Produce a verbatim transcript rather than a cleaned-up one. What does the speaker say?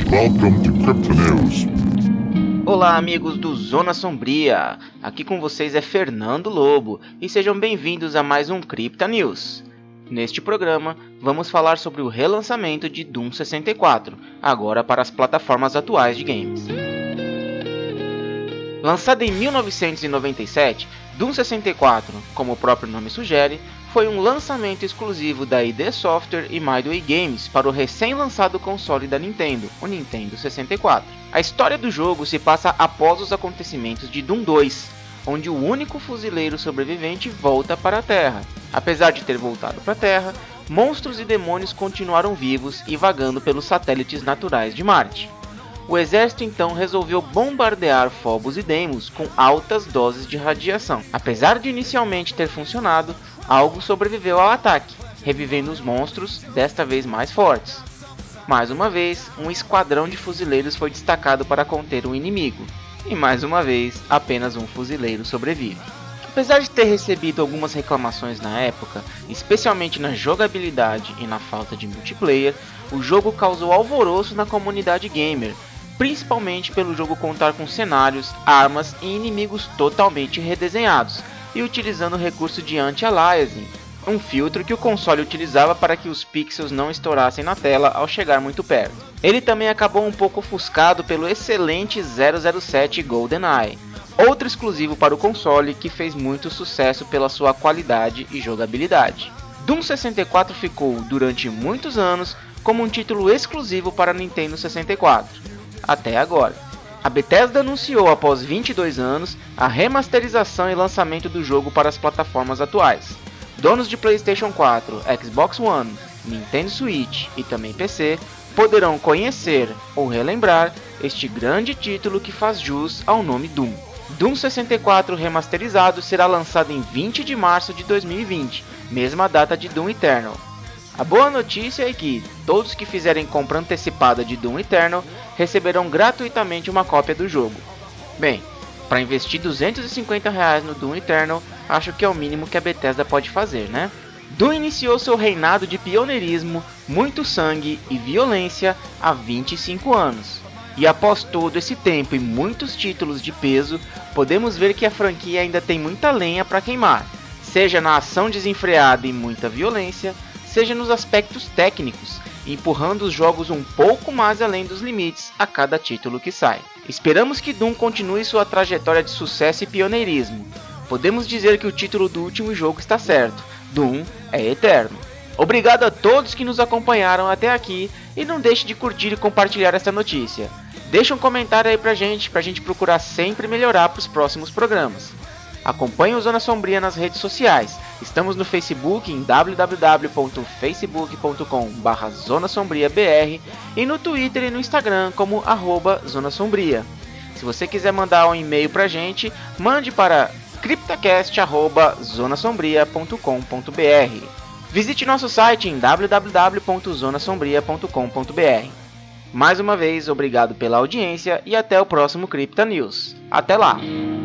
Welcome to Crypto News. Olá amigos do Zona Sombria, aqui com vocês é Fernando Lobo e sejam bem-vindos a mais um Crypto News. Neste programa, vamos falar sobre o relançamento de Doom sessenta e quatro, agora para as plataformas atuais de games. Lançado em mil novecentos e noventa e sete, Doom sessenta e quatro, como o próprio nome sugere, foi um lançamento exclusivo da I D Software e Midway Games para o recém-lançado console da Nintendo, o Nintendo sessenta e quatro. A história do jogo se passa após os acontecimentos de Doom dois, onde o único fuzileiro sobrevivente volta para a Terra. Apesar de ter voltado para a Terra, monstros e demônios continuaram vivos e vagando pelos satélites naturais de Marte. O exército então resolveu bombardear Phobos e Deimos com altas doses de radiação. Apesar de inicialmente ter funcionado, algo sobreviveu ao ataque, revivendo os monstros, desta vez mais fortes. Mais uma vez, um esquadrão de fuzileiros foi destacado para conter o inimigo, e mais uma vez, apenas um fuzileiro sobrevive. Apesar de ter recebido algumas reclamações na época, especialmente na jogabilidade e na falta de multiplayer, o jogo causou alvoroço na comunidade gamer, principalmente pelo jogo contar com cenários, armas e inimigos totalmente redesenhados, e utilizando o recurso de anti-aliasing, um filtro que o console utilizava para que os pixels não estourassem na tela ao chegar muito perto. Ele também acabou um pouco ofuscado pelo excelente zero zero sete GoldenEye, outro exclusivo para o console que fez muito sucesso pela sua qualidade e jogabilidade. Doom sessenta e quatro ficou, durante muitos anos, como um título exclusivo para Nintendo sessenta e quatro, até agora. A Bethesda anunciou após vinte e dois anos a remasterização e lançamento do jogo para as plataformas atuais. Donos de PlayStation quatro, Xbox One, Nintendo Switch e também P C poderão conhecer ou relembrar este grande título que faz jus ao nome Doom. Doom sessenta e quatro remasterizado será lançado em vinte de março de dois mil e vinte, mesma data de Doom Eternal. A boa notícia é que todos que fizerem compra antecipada de Doom Eternal receberão gratuitamente uma cópia do jogo. Bem, para investir duzentos e cinquenta reais no Doom Eternal, acho que é o mínimo que a Bethesda pode fazer, né? Doom iniciou seu reinado de pioneirismo, muito sangue e violência há vinte e cinco anos. E após todo esse tempo e muitos títulos de peso, podemos ver que a franquia ainda tem muita lenha para queimar, seja na ação desenfreada e muita violência, seja nos aspectos técnicos, empurrando os jogos um pouco mais além dos limites a cada título que sai. Esperamos que Doom continue sua trajetória de sucesso e pioneirismo. Podemos dizer que o título do último jogo está certo, Doom é eterno. Obrigado a todos que nos acompanharam até aqui e não deixe de curtir e compartilhar essa notícia. Deixa um comentário aí pra gente, pra gente procurar sempre melhorar para os próximos programas. Acompanhe o Zona Sombria nas redes sociais. Estamos no Facebook em w w w ponto facebook ponto com barra zona sombria b r e no Twitter e no Instagram como arroba Zona Sombria. Se você quiser mandar um e-mail pra gente, mande para criptacast arroba zona sombria ponto com ponto b r. Visite nosso site em w w w ponto zona sombria ponto com ponto b r. Mais uma vez, obrigado pela audiência e até o próximo Crypto News. Até lá!